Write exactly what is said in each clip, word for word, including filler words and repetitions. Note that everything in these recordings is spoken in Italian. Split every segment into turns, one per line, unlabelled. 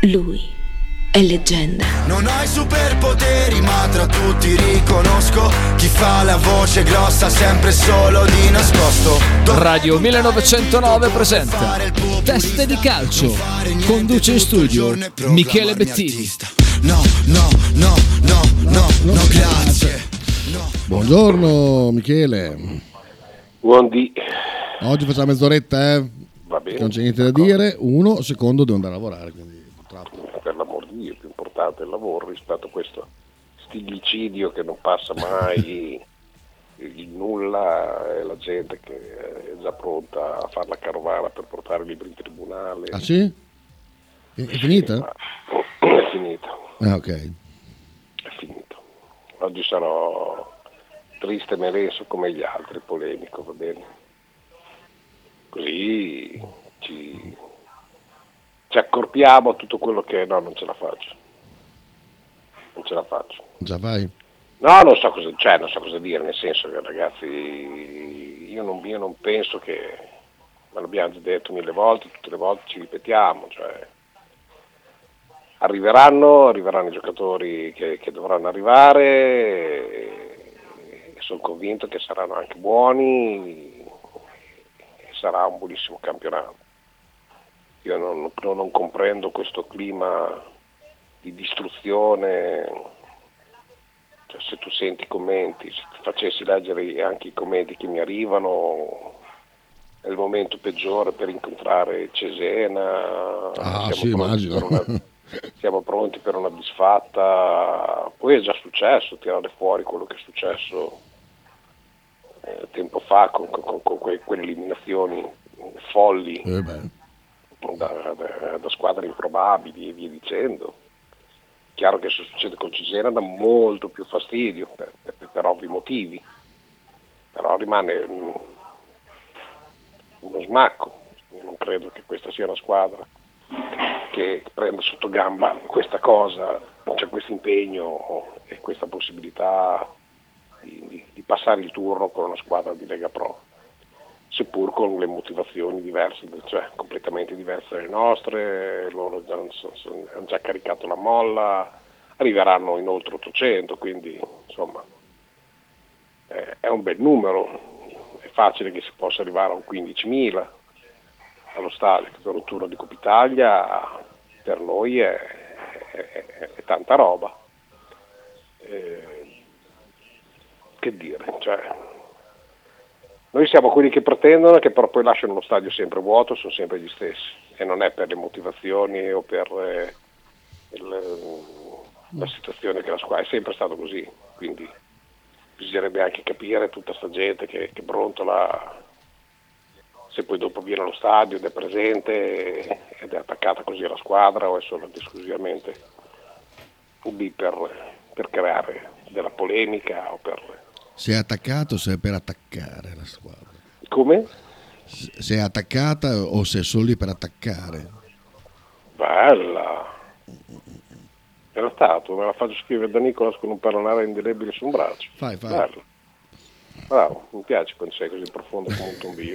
Lui è leggenda.
Non ho i superpoteri, ma tra tutti riconosco chi fa la voce grossa sempre solo di nascosto.
Radio millenovecentonove presenta Teste di calcio. Conduce in studio Michele Bettini.
No, no, no, no, no, no, grazie.
Buongiorno Michele.
Buondì.
Oggi facciamo mezz'oretta, eh?
Va bene.
Non c'è niente da dire. Uno, secondo, devo andare a lavorare, quindi purtroppo.
Per l'amor di Dio, è più importante il lavoro rispetto a questo stillicidio che non passa mai, il nulla, e la gente che è già pronta a fare la carovana per portare i libri in tribunale.
Ah sì? È, è finita?
Ma è finita.
Ah, ok.
È finito. Oggi sarò triste e mereso come gli altri, polemico, va bene? Così ci, ci accorpiamo a tutto quello che no, non ce la faccio. Non ce la faccio.
Già vai?
No, non so cosa, cioè, non so cosa dire, nel senso che ragazzi, io non, io non penso che, ma l'abbiamo già detto mille volte, tutte le volte ci ripetiamo, cioè arriveranno, arriveranno i giocatori che, che dovranno arrivare e, e sono convinto che saranno anche buoni e sarà un buonissimo campionato. Io non, non comprendo questo clima di distruzione, cioè, se tu senti i commenti, se ti facessi leggere anche i commenti che mi arrivano, è il momento peggiore per incontrare Cesena.
Ah
siamo
sì,
pronti
immagino.
per una, siamo pronti per una disfatta. Poi è già successo tirare fuori quello che è successo eh, tempo fa con, con, con que, quelle eliminazioni folli
Eh beh.
da, da, da squadre improbabili e via dicendo. Chiaro che se succede con Cesena dà molto più fastidio per, per, per ovvi motivi, però rimane un, uno smacco. Io non credo che questa sia una squadra che prenda sotto gamba questa cosa, c'è questo impegno e questa possibilità di, di, di passare il turno con una squadra di Lega Pro, seppur con le motivazioni diverse, cioè completamente diverse dalle nostre. Loro già, hanno già caricato la molla, arriveranno in oltre ottocento, quindi insomma eh, è un bel numero, è facile che si possa arrivare a un quindicimila allo stadio, per un turno di Coppa Italia per noi è, è, è, è tanta roba. Eh, che dire, cioè noi siamo quelli che pretendono, che però poi lasciano lo stadio sempre vuoto, sono sempre gli stessi, e non è per le motivazioni o per eh, il, la situazione che la squadra, è sempre stato così, quindi bisognerebbe anche capire tutta sta gente che, che brontola, se poi dopo viene allo stadio ed è presente ed è attaccata così alla squadra, o è solo ed esclusivamente lì per, per creare della polemica o per...
Se è attaccato o se è per attaccare la squadra?
Come?
Se è attaccata o se è solo lì per attaccare?
Bella! Era stato, me la faccio scrivere da Nicolas con un parolare indelebile su un braccio.
Fai, fai.
Bello. Bravo, mi piace quando sei così profondo come un tombino.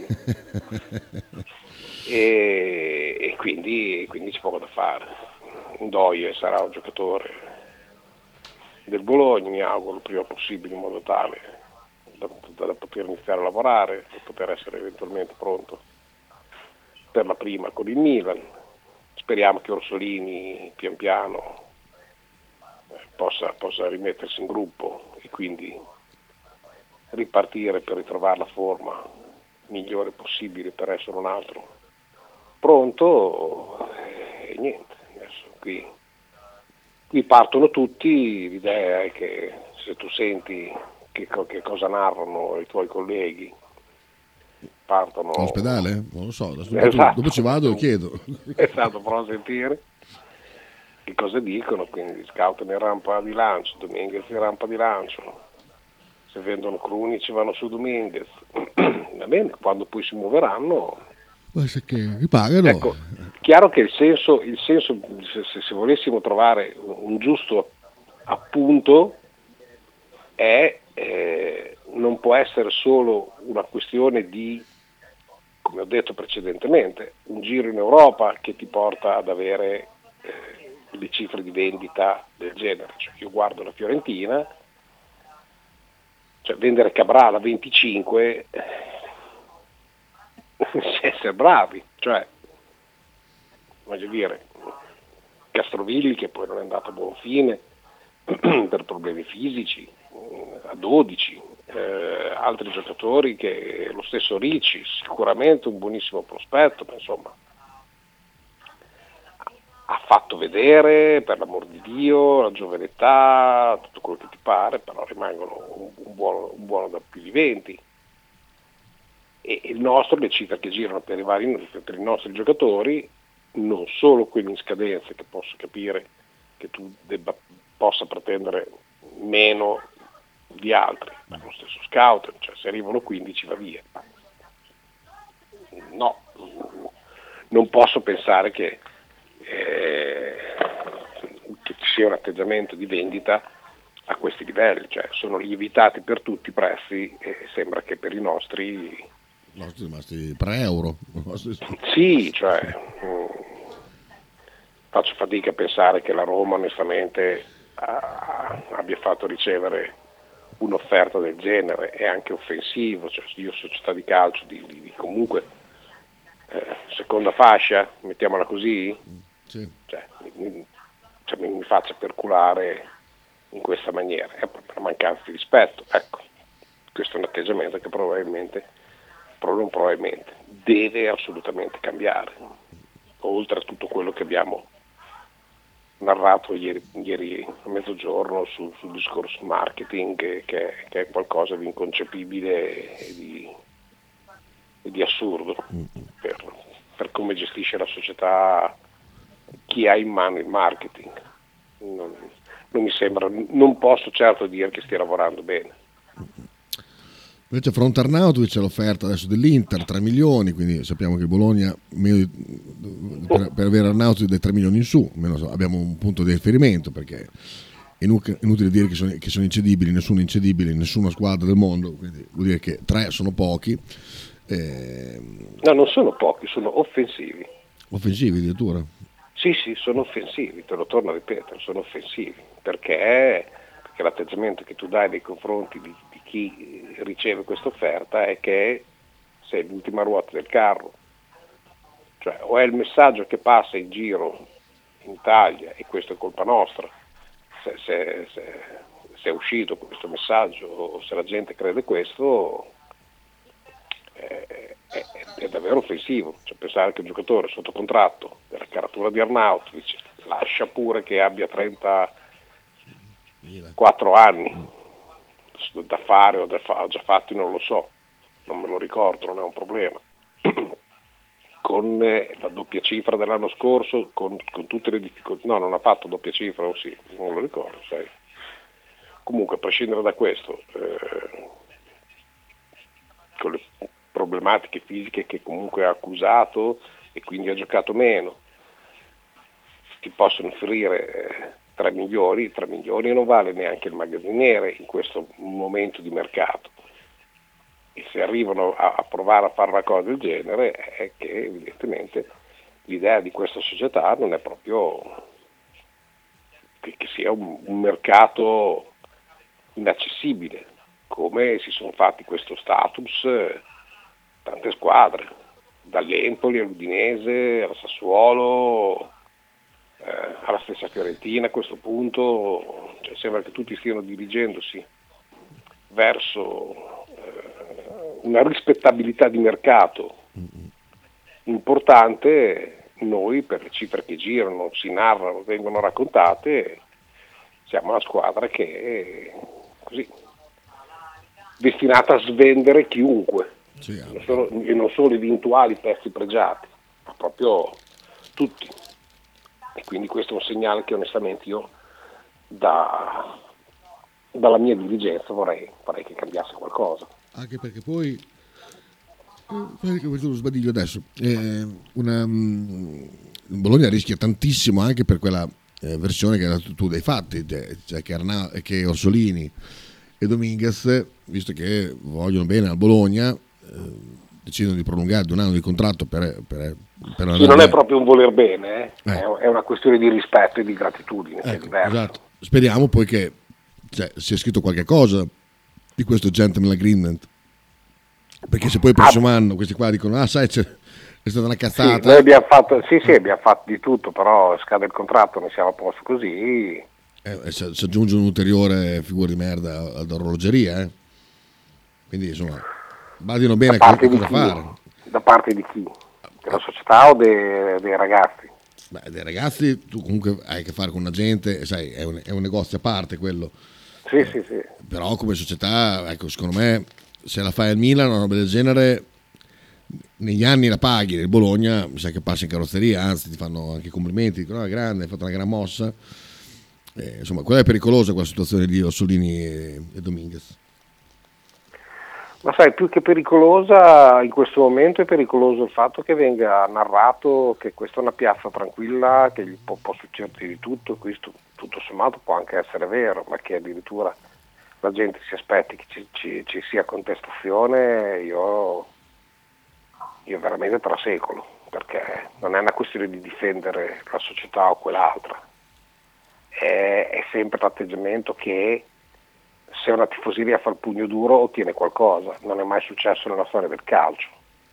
e, e quindi, quindi c'è poco da fare. Ndoye sarà un giocatore del Bologna, mi auguro il prima possibile, in modo tale da, da, da poter iniziare a lavorare e poter essere eventualmente pronto per la prima con il Milan. Speriamo che Orsolini pian piano eh, possa, possa rimettersi in gruppo e quindi ripartire per ritrovare la forma migliore possibile per essere un altro pronto. E niente, adesso qui Qui partono tutti, l'idea è che se tu senti che, che cosa narrano i tuoi colleghi, partono...
All'ospedale? Non lo so, adesso
Esatto.
dopo ci vado e chiedo.
Esatto, provo a sentire che cosa dicono, quindi scoutano in rampa di lancio, Dominguez in rampa di lancio, se vendono Cruni ci vanno su Dominguez, va bene, quando poi si muoveranno...
Basta che mi pagano.
Ecco, chiaro che il senso, il senso se, se volessimo trovare un giusto appunto, è eh, non può essere solo una questione di, come ho detto precedentemente, un giro in Europa che ti porta ad avere eh, le cifre di vendita del genere. Cioè, io guardo la Fiorentina, cioè vendere Cabral a venticinque, essere bravi, cioè voglio dire, Castrovilli che poi non è andato a buon fine per problemi fisici, a dodici, eh, altri giocatori, che lo stesso Ricci, sicuramente un buonissimo prospetto, ma insomma ha fatto vedere, per l'amor di Dio, la giovane età, tutto quello che ti pare, però rimangono un, un, buono, un buono da più di venti. E il nostro, le cifre che girano per i, vari, per i nostri giocatori, non solo quelli in scadenza, che posso capire che tu debba, possa pretendere meno di altri, ma lo stesso scout, cioè se arrivano quindici va via. No, non posso pensare che, eh, che ci sia un atteggiamento di vendita a questi livelli, cioè sono lievitati per tutti i prezzi e sembra che per i nostri...
I nostri rimasti tre euro.
Sì, cioè mh, faccio fatica a pensare che la Roma onestamente ha, abbia fatto ricevere un'offerta del genere, è anche offensivo, cioè io società di calcio di, di, di comunque eh, seconda fascia, mettiamola così,
sì.
cioè, mi, cioè, mi, mi faccia perculare in questa maniera, è proprio una mancanza di rispetto, ecco, questo è un atteggiamento che probabilmente, proprio probabilmente deve assolutamente cambiare, oltre a tutto quello che abbiamo narrato ieri, ieri a mezzogiorno sul, sul discorso marketing, che, che, che è qualcosa di inconcepibile e di, e di assurdo per, per come gestisce la società chi ha in mano il marketing. Non, non mi sembra, non posso certo dire che stia lavorando bene.
Invece fronte Arnautovic c'è l'offerta adesso dell'Inter, tre milioni, quindi sappiamo che il Bologna meno di, per, per avere Arnautovic dai tre milioni in su, almeno abbiamo un punto di riferimento, perché è inutile dire che sono, che sono incedibili, nessuno incedibile in nessuna squadra del mondo, quindi vuol dire che tre sono pochi. Eh,
no, non sono pochi, sono offensivi.
Offensivi addirittura?
Sì, sì, sono offensivi, te lo torno a ripetere, sono offensivi, perché, perché l'atteggiamento che tu dai nei confronti di, di chi riceve questa offerta è che sei l'ultima ruota del carro, cioè o è il messaggio che passa in giro in Italia, e questo è colpa nostra, se, se, se, se è uscito questo messaggio o se la gente crede questo, è, è, è davvero offensivo, cioè pensare che un giocatore sotto contratto della caratura di Arnautovic, lascia pure che abbia trentaquattro anni da fare o da fa, già fatti non lo so, non me lo ricordo, non è un problema, con eh, la doppia cifra dell'anno scorso, con, con tutte le difficoltà, no, non ha fatto doppia cifra, o sì, non lo ricordo, sai. Comunque a prescindere da questo, eh, con le problematiche fisiche che comunque ha accusato e quindi ha giocato meno, ti possono offrire eh, tre milioni, tre milioni non vale neanche il magazziniere in questo momento di mercato, e se arrivano a, a provare a fare una cosa del genere è che evidentemente l'idea di questa società non è proprio che, che sia un, un mercato inaccessibile, come si sono fatti questo status eh, tante squadre, dall'Empoli all'Udinese, al Sassuolo, eh, alla stessa Fiorentina. A questo punto cioè, sembra che tutti stiano dirigendosi verso eh, una rispettabilità di mercato importante. Noi, per le cifre che girano, si narrano, vengono raccontate, siamo una squadra che è così destinata a svendere chiunque,
sì,
non solo, e non solo eventuali pezzi pregiati, ma proprio tutti. E quindi questo è un segnale che onestamente io da, dalla mia dirigenza vorrei, vorrei che cambiasse qualcosa.
Anche perché poi eh, lo sbadiglio adesso eh, una, um, Bologna rischia tantissimo anche per quella eh, versione che hai dato tu dei fatti, cioè che, Arna, che Orsolini e Dominguez, visto che vogliono bene al Bologna, eh, decidono di prolungare di un anno di contratto per, per, per
sì, non è proprio un voler bene, eh?
Eh.
È una questione di rispetto e di gratitudine, che è
ecco,
diverso.
esatto. Speriamo poi che cioè, sia scritto qualche cosa di questo gentleman agreement, perché se poi il prossimo ah, anno questi qua dicono ah sai c'è, è stata una cazzata.
Sì, noi abbiamo fatto, sì, sì, abbiamo fatto di tutto, però scade il contratto, non siamo a posto così.
Eh, si, si aggiunge un'ulteriore figura di merda ad orologeria, eh? Quindi insomma badino bene a cosa
chi?
fare.
Da parte di chi? Della società o dei, dei ragazzi?
Beh, dei ragazzi tu comunque hai a che fare con una gente, sai, è un, è un negozio a parte quello.
Sì, eh, sì, sì.
Però come società, ecco, secondo me se la fai al Milan una roba del genere negli anni la paghi, nel Bologna mi sa che passi in carrozzeria, anzi ti fanno anche i complimenti, dicono ah, grande, hai fatto una gran mossa. Eh, insomma, quella è pericolosa quella situazione di Orsolini e, e Dominguez.
Ma sai, più che pericolosa in questo momento è pericoloso il fatto che venga narrato che questa è una piazza tranquilla, che gli può, può succedere di tutto, e questo tutto sommato può anche essere vero, ma che addirittura la gente si aspetti che ci, ci, ci sia contestazione, io, io veramente trasecolo, perché non è una questione di difendere la società o quell'altra, è, è sempre l'atteggiamento che se una tifoseria fa il pugno duro ottiene qualcosa, non è mai successo nella storia del calcio,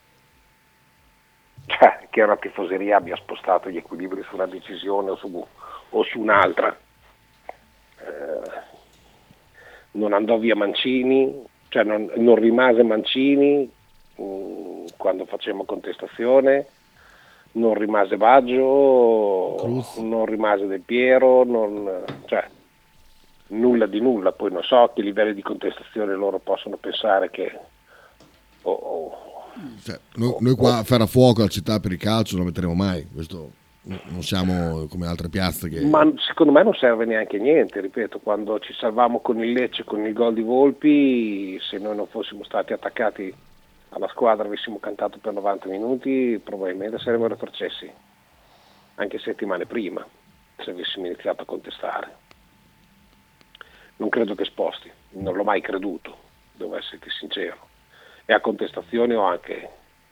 cioè che una tifoseria abbia spostato gli equilibri su una decisione o su, o su un'altra. Eh, non andò via Mancini, cioè non, non rimase Mancini mh, quando facevamo contestazione, non rimase Baggio, Cruz. Non rimase Del Piero, non, cioè nulla di nulla. Poi non so a che livelli di contestazione loro possono pensare che oh, oh,
cioè, noi, noi qua a Ferrafuoco la città per il calcio non lo metteremo mai, questo non siamo come altre piazze che...
Ma secondo me non serve neanche niente, ripeto, quando ci salvammo con il Lecce, con il gol di Volpi, se noi non fossimo stati attaccati alla squadra, avessimo cantato per novanta minuti, probabilmente saremmo retrocessi anche settimane prima, se avessimo iniziato a contestare. Non credo che sposti, non l'ho mai creduto, devo essere sincero, e a contestazioni ho anche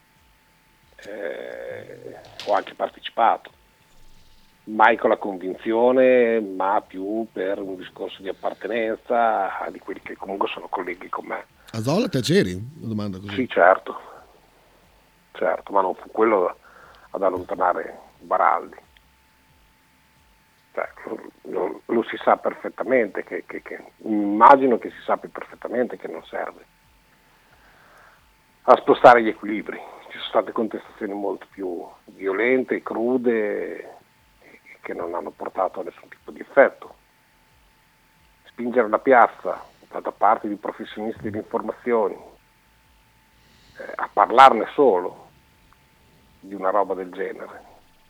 eh, ho anche partecipato, mai con la convinzione, ma più per un discorso di appartenenza di quelli che comunque sono colleghi con me.
A Zola te c'eri? Una domanda così.
Sì, certo, certo, ma non fu quello ad allontanare Baraldi. Cioè, lo, lo si sa perfettamente, che, che, che immagino che si sappia perfettamente che non serve a spostare gli equilibri. Ci sono state contestazioni molto più violente, crude, che non hanno portato a nessun tipo di effetto. Spingere la piazza da parte di professionisti delle informazioni eh, a parlarne solo di una roba del genere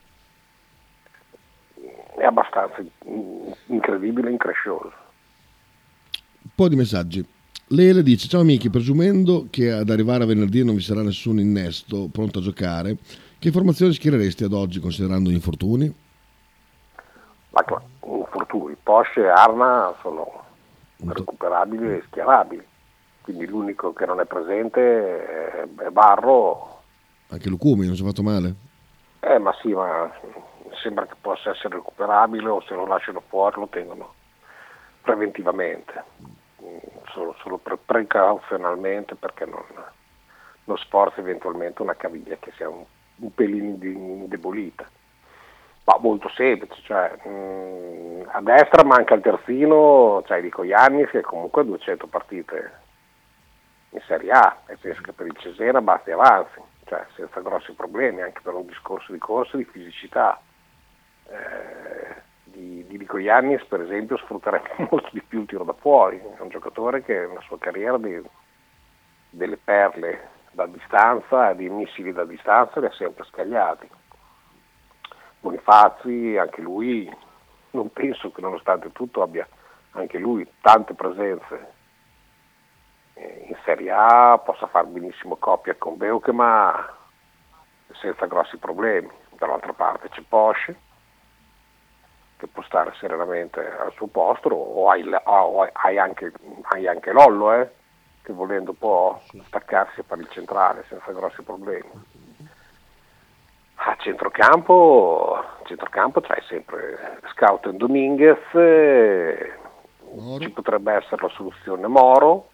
è abbastanza incredibile e increscioso.
Un po' di messaggi. Lele dice: ciao amici, presumendo che ad arrivare a venerdì non vi sarà nessun innesto pronto a giocare, che formazione schiereresti ad oggi considerando gli infortuni?
Ma infortuni, Posce e Arna sono recuperabili e schierabili, quindi l'unico che non è presente è Barro.
Anche Lucumi non si è fatto male?
Eh ma sì, ma sembra che possa essere recuperabile, o se lo lasciano fuori lo tengono preventivamente, solo, solo pre- precauzionalmente, perché non, non sforza eventualmente una caviglia che sia un, un pelino indebolita. Ma molto semplice, cioè mh, a destra manca il terzino, cioè Dico Iannis, che comunque ha duecento partite in Serie A, e penso che per il Cesena basti e avanzi, cioè senza grossi problemi, anche per un discorso di corsa, di fisicità. Eh, di, di Dico Iannis per esempio sfrutterebbe molto di più il tiro da fuori, è un giocatore che nella sua carriera di, delle perle da distanza, di missili da distanza li ha sempre scagliati. Bonifazzi, anche lui, non penso che nonostante tutto abbia anche lui tante presenze in Serie A, possa far benissimo coppia con Beukema senza grossi problemi. Dall'altra parte c'è Posce, che può stare serenamente al suo posto, o hai, o hai, anche, hai anche Lollo, eh? che volendo può staccarsi e fare il centrale senza grossi problemi. A centrocampo, a centrocampo c'hai sempre Scouten Dominguez, eh, ci potrebbe essere la soluzione Moro,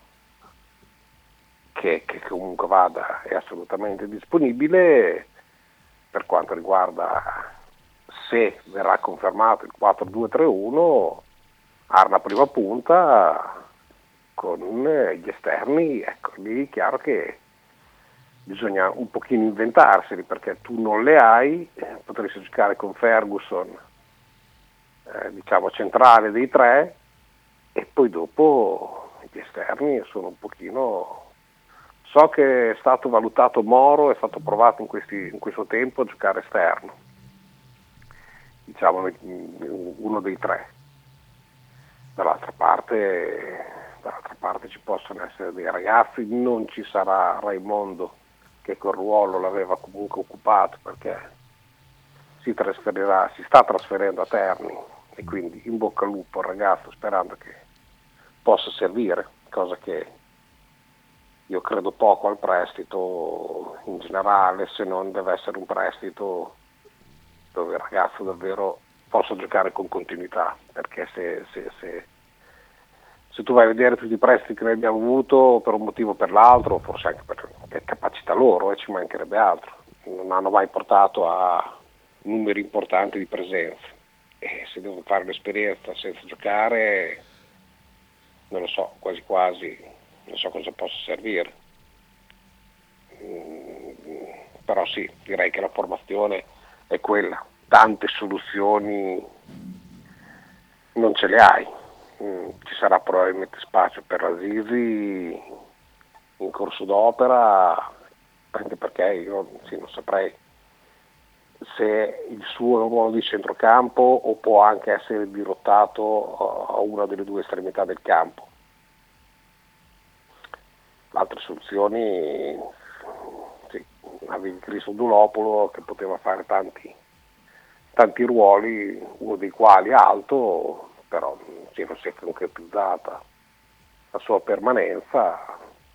che, che comunque vada, è assolutamente disponibile. Per quanto riguarda se verrà confermato il quattro due tre uno, Arna prima punta con gli esterni, ecco, lì è chiaro che bisogna un pochino inventarseli, perché tu non le hai, eh, potresti giocare con Ferguson, eh, diciamo centrale dei tre, e poi dopo gli esterni sono un pochino... So che è stato valutato Moro, è stato provato in, questi, in questo tempo a giocare esterno, diciamo uno dei tre. Dall'altra parte, dall'altra parte ci possono essere dei ragazzi, non ci sarà Raimondo, che quel ruolo l'aveva comunque occupato, perché si trasferirà, si sta trasferendo a Terni, e quindi in bocca al lupo al ragazzo, sperando che possa servire, cosa che io credo poco al prestito in generale, se non deve essere un prestito dove il ragazzo davvero possa giocare con continuità, perché se, se, se, se tu vai a vedere tutti i prestiti che noi abbiamo avuto per un motivo o per l'altro, forse anche per capacità loro, e eh, ci mancherebbe altro, non hanno mai portato a numeri importanti di presenza, e se devo fare l'esperienza senza giocare, non lo so, quasi quasi non so cosa possa servire. Mm, però sì, direi che la formazione è quella, tante soluzioni non ce le hai. Mm, ci sarà probabilmente spazio per Azizi in corso d'opera, anche perché io sì, non saprei se il suo ruolo di centrocampo o può anche essere dirottato a una delle due estremità del campo. Altre soluzioni, sì, avevi Cristodulopolo che poteva fare tanti, tanti ruoli, uno dei quali alto, però sì, non si è concretizzata la sua permanenza.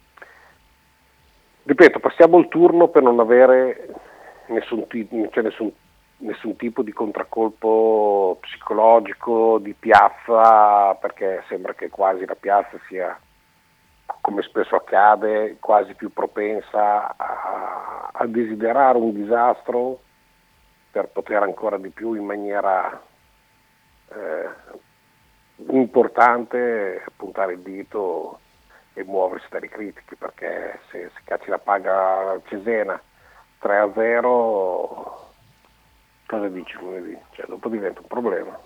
Ripeto, passiamo il turno per non avere nessun, t- cioè nessun, nessun tipo di contraccolpo psicologico di piazza, perché sembra che quasi la piazza sia, come spesso accade, quasi più propensa a, a desiderare un disastro per poter ancora di più in maniera eh, importante puntare il dito e muoversi dalle critiche, perché se, se cacci la paga Cesena tre a zero, cosa dici lunedì? Cioè, dopo diventa un problema.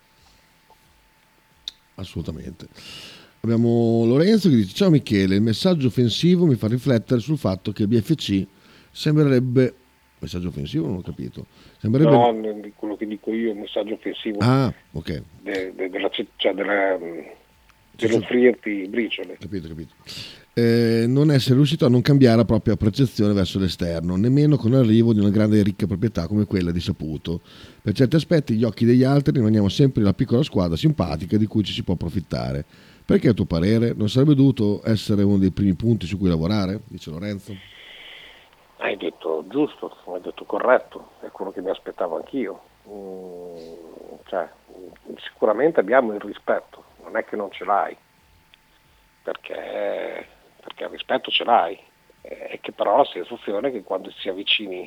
Assolutamente. Abbiamo Lorenzo che dice: ciao Michele, il messaggio offensivo mi fa riflettere sul fatto che il B F C sembrerebbe... Messaggio offensivo? Non ho capito. Sembrerebbe...
No, quello che dico io, il messaggio offensivo.
Ah, ok.
De, de, della, cioè della, dell'offrirti briciole.
Capito, capito. Eh, non essere riuscito a non cambiare la propria percezione verso l'esterno, nemmeno con l'arrivo di una grande e ricca proprietà come quella di Saputo. Per certi aspetti, gli occhi degli altri, rimaniamo sempre la piccola squadra simpatica di cui ci si può approfittare. Perché a tuo parere non sarebbe dovuto essere uno dei primi punti su cui lavorare? Dice Lorenzo.
Hai detto giusto, hai detto corretto, è quello che mi aspettavo anch'io. Mm, cioè, sicuramente abbiamo il rispetto, non è che non ce l'hai, perché, perché il rispetto ce l'hai, è che però la sensazione è che quando si avvicini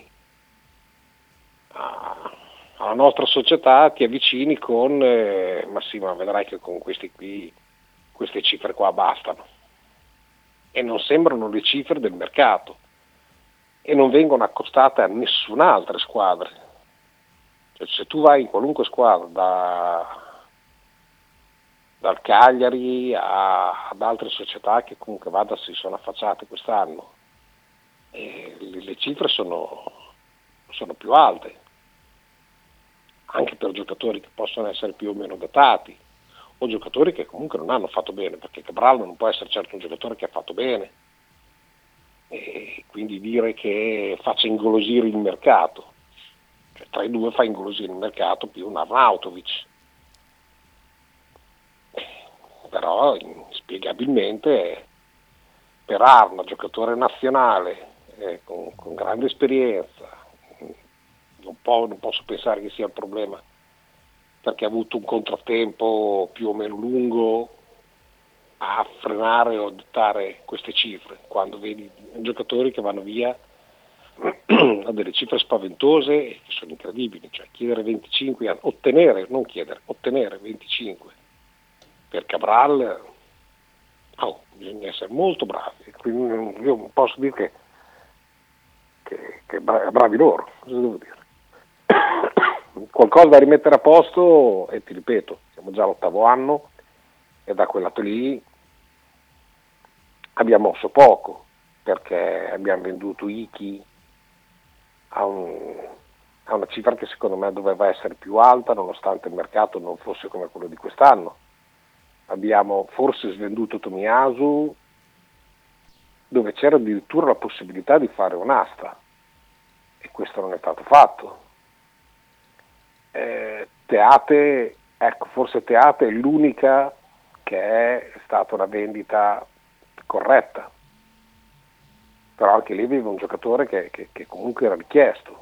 a, alla nostra società ti avvicini con eh, ma sì, ma vedrai che con questi qui, queste cifre qua bastano, e non sembrano le cifre del mercato e non vengono accostate a nessun'altra squadra. Cioè, se tu vai in qualunque squadra, da, dal Cagliari a, ad altre società che comunque vada si sono affacciate quest'anno, e le, le cifre sono, sono più alte, anche per giocatori che possono essere più o meno datati, o giocatori che comunque non hanno fatto bene, perché Cabral non può essere certo un giocatore che ha fatto bene, e quindi dire che faccia ingolosire il mercato, cioè tra i due fa ingolosire il mercato più un Arnautovic, però inspiegabilmente per Arna, giocatore nazionale, eh, con, con grande esperienza, non, po- non posso pensare che sia il problema, perché ha avuto un contrattempo più o meno lungo a frenare o dettare queste cifre, quando vedi giocatori che vanno via a delle cifre spaventose e che sono incredibili, cioè chiedere venticinque anni, ottenere, non chiedere, ottenere venticinque per Cabral, oh, bisogna essere molto bravi, quindi io posso dire che, che, che bravi loro, cosa devo dire? Qualcosa da rimettere a posto, e ti ripeto, siamo già all'ottavo anno e da quel lato lì abbiamo mosso poco, perché abbiamo venduto Iki a, un, a una cifra che secondo me doveva essere più alta, nonostante il mercato non fosse come quello di quest'anno. Abbiamo forse svenduto Tomiyasu, dove c'era addirittura la possibilità di fare un'asta, e questo non è stato fatto. Eh, Teate, ecco, forse Teate è l'unica che è stata una vendita corretta, però anche lì aveva un giocatore che, che, che comunque era richiesto.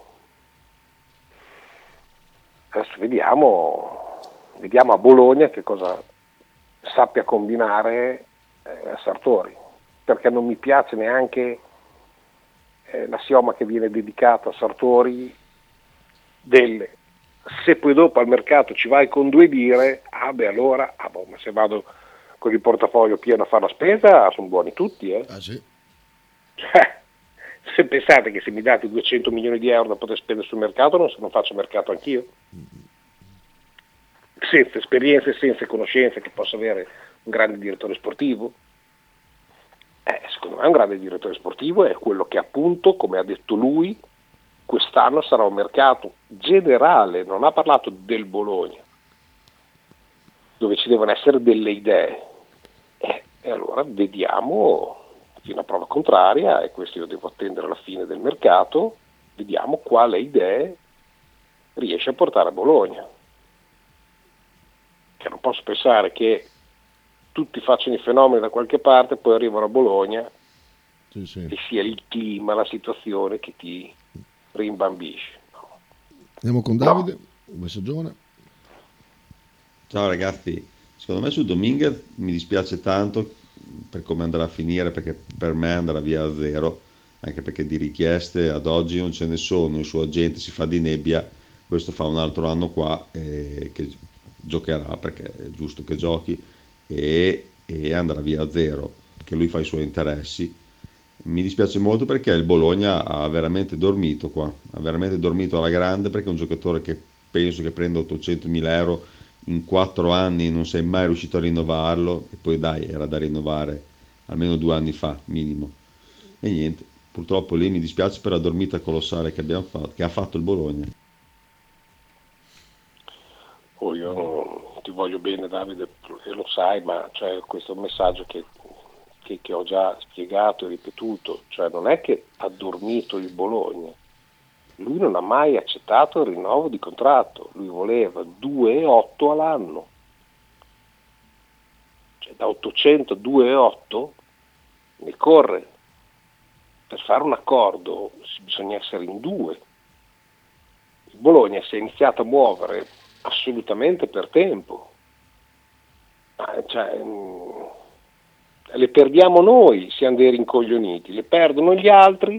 Adesso vediamo, vediamo a Bologna che cosa sappia combinare eh, a Sartori, perché non mi piace neanche eh, l'assioma che viene dedicato a Sartori del se poi dopo al mercato ci vai con due lire, ah beh allora, ah boh, ma se vado con il portafoglio pieno a fare la spesa sono buoni tutti, eh?
Ah sì.
Cioè, se pensate che se mi date duecento milioni di euro da poter spendere sul mercato, non, non faccio mercato anch'io? Senza esperienze, senza conoscenze che possa avere un grande direttore sportivo? Eh, secondo me un grande direttore sportivo è quello che appunto, come ha detto lui, quest'anno sarà un mercato generale, non ha parlato del Bologna, dove ci devono essere delle idee. Eh, e allora vediamo, fino a prova contraria, e questo io devo attendere alla fine del mercato, vediamo quale idee riesce a portare a Bologna. Che non posso pensare che tutti facciano i fenomeni da qualche parte, poi arrivano a Bologna
Sì, sì.
e sia il clima, la situazione che ti rimbambisce. No.
Andiamo con Davide, un messaggone.
Ciao ragazzi, secondo me su Dominguez mi dispiace tanto per come andrà a finire, perché per me andrà via a zero, anche perché di richieste ad oggi non ce ne sono, il suo agente si fa di nebbia, questo fa un altro anno qua eh, che giocherà, perché è giusto che giochi, e, e andrà via a zero, che lui fa i suoi interessi. Mi dispiace molto perché il Bologna ha veramente dormito qua, ha veramente dormito alla grande, perché è un giocatore che penso che prenda ottocentomila euro in quattro anni, non sei mai riuscito a rinnovarlo, e poi dai, era da rinnovare almeno due anni fa, minimo. E niente, purtroppo lì mi dispiace per la dormita colossale che, abbiamo fatto, che ha fatto il Bologna.
Oh, io ti voglio bene Davide, e lo sai, ma cioè, questo è un messaggio che Che, che ho già spiegato e ripetuto, cioè non è che ha dormito il Bologna, lui non ha mai accettato il rinnovo di contratto, lui voleva due virgola otto all'anno, cioè da ottocento a due virgola otto ne corre. Per fare un accordo bisogna essere in due. Il Bologna si è iniziato a muovere assolutamente per tempo, ma, cioè, le perdiamo noi, siamo dei rincoglioniti, le perdono gli altri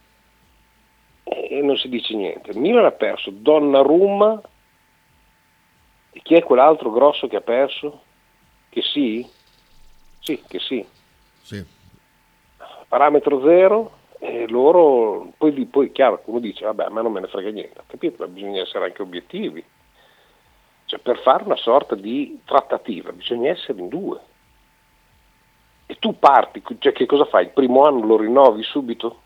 e non si dice niente. Il Milan ha perso Donnarumma, e chi è quell'altro grosso che ha perso? Che sì? Sì, che sì.
Sì.
Parametro zero, e loro, poi, poi chiaro, uno dice, vabbè, a me non me ne frega niente, capito? Ma bisogna essere anche obiettivi. Cioè, per fare una sorta di trattativa bisogna essere in due. E tu parti, cioè che cosa fai? Il primo anno lo rinnovi subito?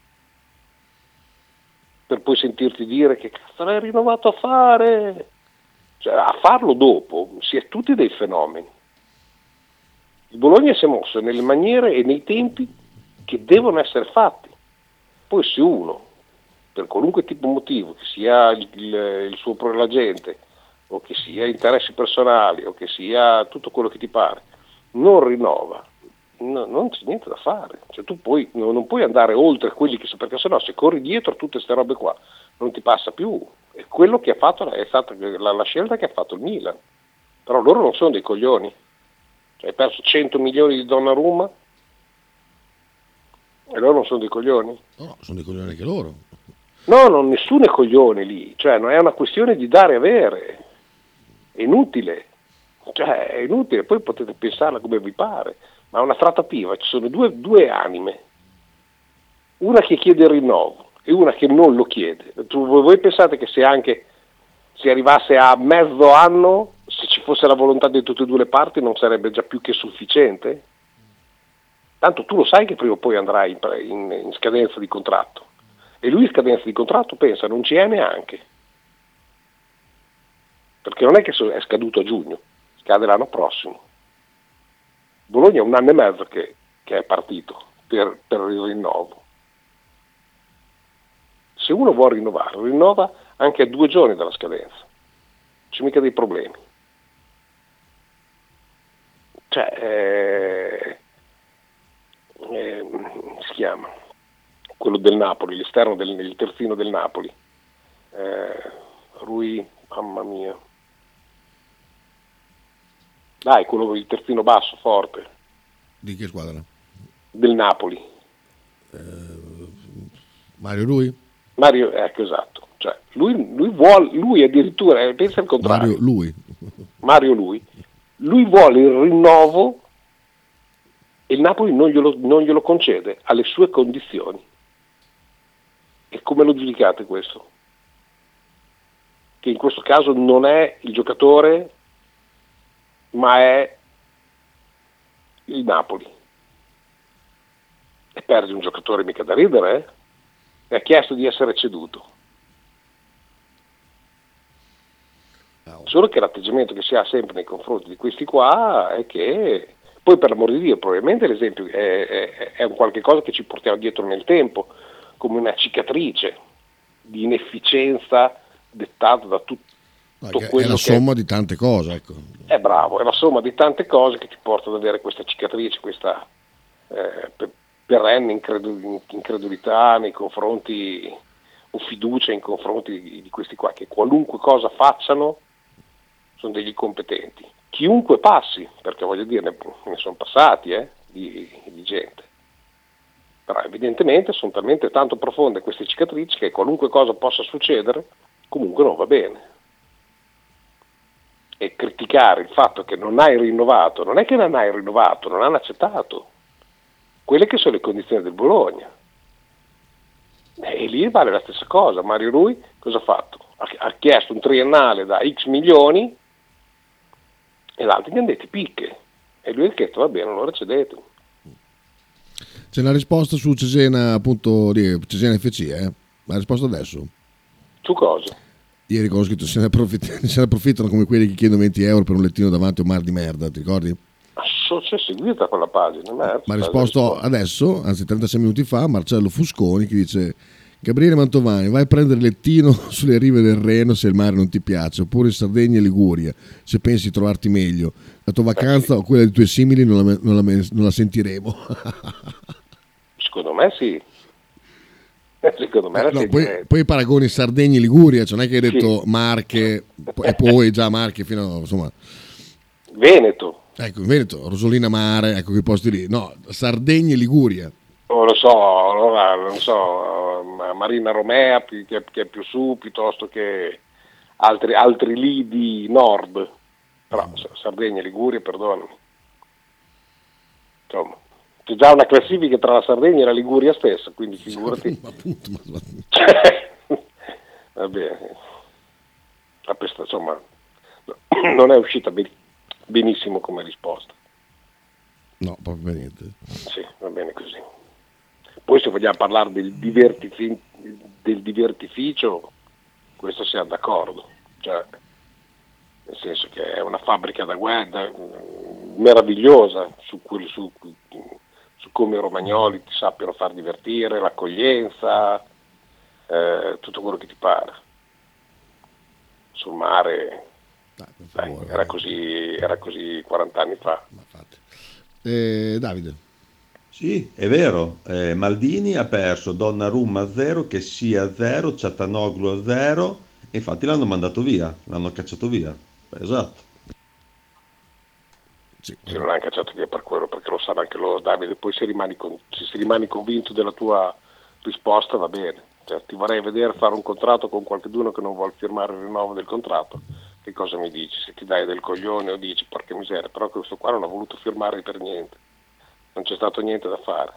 Per poi sentirti dire che cazzo l'hai rinnovato a fare? Cioè, a farlo dopo si è tutti dei fenomeni. Il Bologna si è mosso nelle maniere e nei tempi che devono essere fatti. Poi se uno, per qualunque tipo di motivo, che sia il, il, il suo proagente, o che sia interessi personali, o che sia tutto quello che ti pare, non rinnova, no, non c'è niente da fare, cioè tu puoi, no, non puoi andare oltre quelli che, perché sennò se corri dietro tutte queste robe qua non ti passa più. E quello che ha fatto è stata la, la scelta che ha fatto il Milan, però loro non sono dei coglioni, cioè hai perso cento milioni di Donnarumma e loro non sono dei coglioni?
No, sono dei coglioni anche loro.
No, non, nessuno è coglione lì, cioè non è una questione di dare e avere, è inutile, cioè è inutile, poi potete pensarla come vi pare, ma è una trattativa, ci sono due, due anime, una che chiede il rinnovo e una che non lo chiede. Tu, voi pensate che se anche si arrivasse a mezzo anno, se ci fosse la volontà di tutte e due le parti, non sarebbe già più che sufficiente? Tanto tu lo sai che prima o poi andrai in, in, in scadenza di contratto. E lui in scadenza di contratto pensa, non ci è neanche. Perché non è che è scaduto a giugno, scade l'anno prossimo. Bologna è un anno e mezzo che, che è partito per, per il rinnovo. Se uno vuole rinnovare, rinnova anche a due giorni dalla scadenza. Non c'è mica dei problemi. Cioè, eh, eh, si chiama quello del Napoli, l'esterno del il terzino del Napoli. Eh, Rui, mamma mia. Dai, quello il terzino basso, forte.
Di che squadra?
Del Napoli.
Eh, Mario Rui?
Mario, ecco, esatto. Cioè, lui, lui vuole, lui addirittura, eh, pensa al contrario.
Mario lui.
Mario lui. Lui vuole il rinnovo e il Napoli non glielo, non glielo concede alle sue condizioni. E come lo giudicate questo? Che in questo caso non è il giocatore, ma è il Napoli. E perdi un giocatore mica da ridere, eh? E ha chiesto di essere ceduto. Solo che l'atteggiamento che si ha sempre nei confronti di questi qua è che, poi per l'amor di Dio, probabilmente l'esempio è, è, è un qualche cosa che ci portiamo dietro nel tempo, come una cicatrice di inefficienza dettata da tut,
no,
tutto
che
quello
è la
che
somma di tante cose, ecco.
È bravo, è la somma di tante cose che ti porta ad avere questa cicatrice, questa eh, perenne incredu- incredulità nei confronti, o fiducia in confronti di, di questi qua, che qualunque cosa facciano sono degli incompetenti. Chiunque passi, perché voglio dire, ne, ne sono passati eh, di, di gente. Però evidentemente sono talmente tanto profonde queste cicatrici che qualunque cosa possa succedere, comunque non va bene. E criticare il fatto che non hai rinnovato, non è che non hai rinnovato, non hanno accettato quelle che sono le condizioni del Bologna. E lì vale la stessa cosa. Mario Rui cosa ha fatto? Ha, ha chiesto un triennale da X milioni e l'altro gli hanno detto picche. E lui ha chiesto, va bene, allora cedete.
C'è una risposta su Cesena, appunto, di Cesena F C, eh? La risposta adesso.
Su cosa?
Ieri cosa ho scritto, se ne, approfitt- se ne approfittano come quelli che chiedono venti euro per un lettino davanti a un mar di merda, ti ricordi?
So, c'è seguita quella pagina. Merda,
Ma ha risposto adesso, anzi trentasei minuti fa, Marcello Fusconi che dice: Gabriele Mantovani, vai a prendere il lettino sulle rive del Reno se il mare non ti piace, oppure in Sardegna e Liguria se pensi di trovarti meglio. La tua vacanza o quella dei tuoi simili non la, non la, non la sentiremo.
Secondo me sì. Secondo me
eh,
la
no,
sentiremo.
poi, poi paragoni Sardegna e Liguria, cioè non è che hai detto
sì.
Marche e poi già Marche fino a, insomma,
Veneto.
Ecco, Veneto, Rosolina Mare, ecco quei posti lì. No, Sardegna e Liguria.
Oh, lo so, allora, non so, Marina Romea che, che è più su, piuttosto che altri, altri lidi nord. Però mm. Sardegna e Liguria, perdonami. Insomma, c'è già una classifica tra la Sardegna e la Liguria stessa, quindi figurati.
Ma appunto, ma...
Va bene. La pesta, insomma, non è uscita ben, benissimo come risposta.
No, proprio per niente.
Sì, va bene così. Poi se vogliamo parlare del, divertifi- del divertificio, questo siamo d'accordo. Cioè, nel senso che è una fabbrica da guerra meravigliosa su, quel, su, su come i romagnoli ti sappiano far divertire, l'accoglienza, eh, tutto quello che ti pare. Sul mare
Dai,
dai, era, così, era così quaranta anni fa.
Eh, Davide.
Sì, è vero, eh, Maldini ha perso Donnarumma a zero, che sia a zero, Ciatanoglu a zero, e infatti l'hanno mandato via, l'hanno cacciato via. Esatto.
Sì.
Se non l'hanno cacciato via per quello, perché lo sanno anche loro, Davide, poi se rimani, con, se si rimani convinto della tua risposta va bene, cioè, ti vorrei vedere fare un contratto con qualcuno che non vuole firmare il rinnovo del contratto, che cosa mi dici? Se ti dai del coglione o dici porca miseria, però questo qua non ha voluto firmare per niente, non c'è stato niente da fare,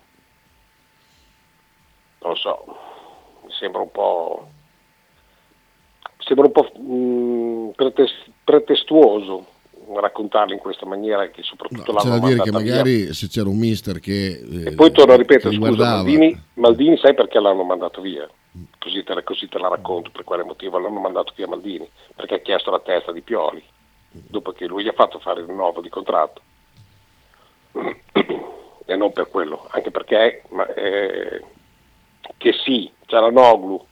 non lo so, mi sembra un po' mi sembra un po' mh, pretes- pretestuoso raccontarli in questa maniera, che soprattutto
No, c'è
l'hanno
da dire che
mandata
magari
via.
se c'era un mister che eh,
E poi torno a ripetere,
che
scusa,
guardava,
Maldini, Maldini sai perché l'hanno mandato via? Così te, la, così te la racconto per quale motivo l'hanno mandato via Maldini, perché ha chiesto la testa di Pioli dopo che lui gli ha fatto fare il rinnovo di contratto e non per quello, anche perché ma, eh, che sì, c'era Noglu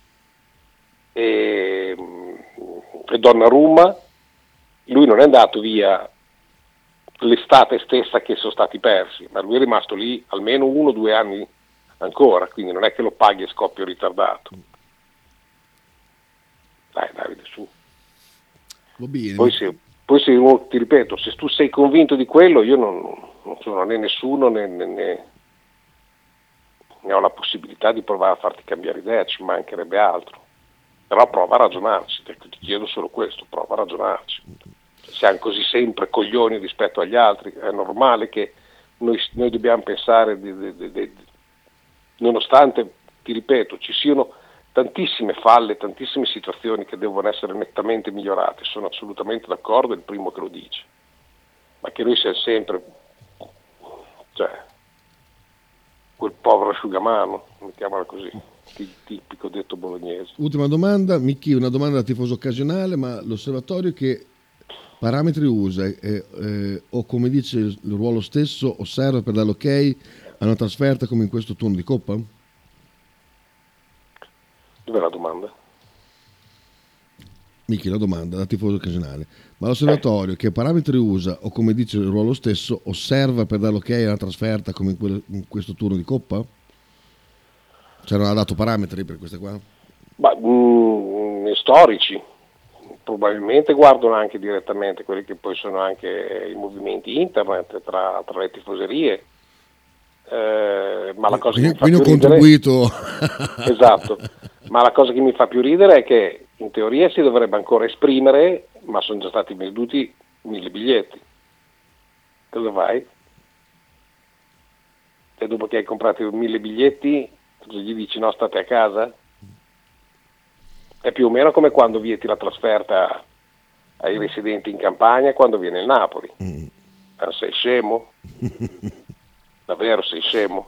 e, e Donnarumma, lui non è andato via l'estate stessa che sono stati persi, ma lui è rimasto lì almeno uno o due anni ancora, quindi non è che lo paghi a scoppio ritardato. Dai Davide, su.
Va bene.
Poi se, poi se ti ripeto, se tu sei convinto di quello, io non, non sono né nessuno né, né, né, né ho la possibilità di provare a farti cambiare idea, ci mancherebbe altro. Però prova a ragionarci, ti chiedo solo questo, prova a ragionarci. Siamo così sempre coglioni rispetto agli altri, è normale che noi, noi dobbiamo pensare, di, di, di, di, nonostante, ti ripeto, ci siano tantissime falle, tantissime situazioni che devono essere nettamente migliorate, sono assolutamente d'accordo, è il primo che lo dice, ma che noi siamo sempre, cioè, quel povero asciugamano, mettiamola così, tipico detto bolognese.
Ultima domanda, Micchi, una domanda da tifoso occasionale, ma l'osservatorio che parametri usa eh, eh, o come dice il ruolo stesso osserva per dare l'ok a una trasferta come in questo turno di Coppa?
Dov'è la domanda?
Micchi, la domanda da tifoso occasionale, ma l'osservatorio eh. che parametri usa o come dice il ruolo stesso osserva per dare l'ok a una trasferta come in, quel, in questo turno di Coppa? Cioè non ha dato parametri per queste qua?
Ma, mh, storici. Probabilmente guardano anche direttamente quelli che poi sono anche i movimenti internet tra, tra le tifoserie, eh, ma la cosa
quindi,
che mi fa
più
più
contribuito
ridere, esatto, ma la cosa che mi fa più ridere è che in teoria si dovrebbe ancora esprimere, ma sono già stati venduti mille biglietti. Cosa fai? E dopo che hai comprato mille biglietti, cosa gli dici? No, state a casa? È più o meno come quando vieti la trasferta ai residenti in campagna quando viene il Napoli. Mm. Eh, sei scemo? Davvero sei scemo?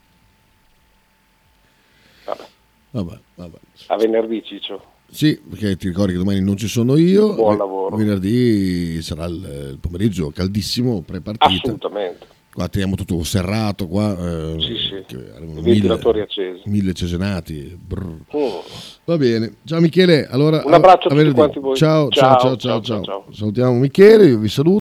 Vabbè.
Vabbè, vabbè.
A venerdì, Ciccio.
Sì, perché ti ricordi che domani non ci sono io.
Buon lavoro.
Venerdì sarà il, il pomeriggio caldissimo pre-partita.
Assolutamente.
Qua teniamo tutto serrato qua, eh,
sì, sì.
ventilatori
mille, accesi,
mille cesenati.
Oh.
Va bene, ciao Michele, allora
un abbraccio a,
a
tutti quanti voi.
Ciao ciao ciao ciao, ciao, ciao.
ciao, ciao.
Salutiamo Michele, vi saluto.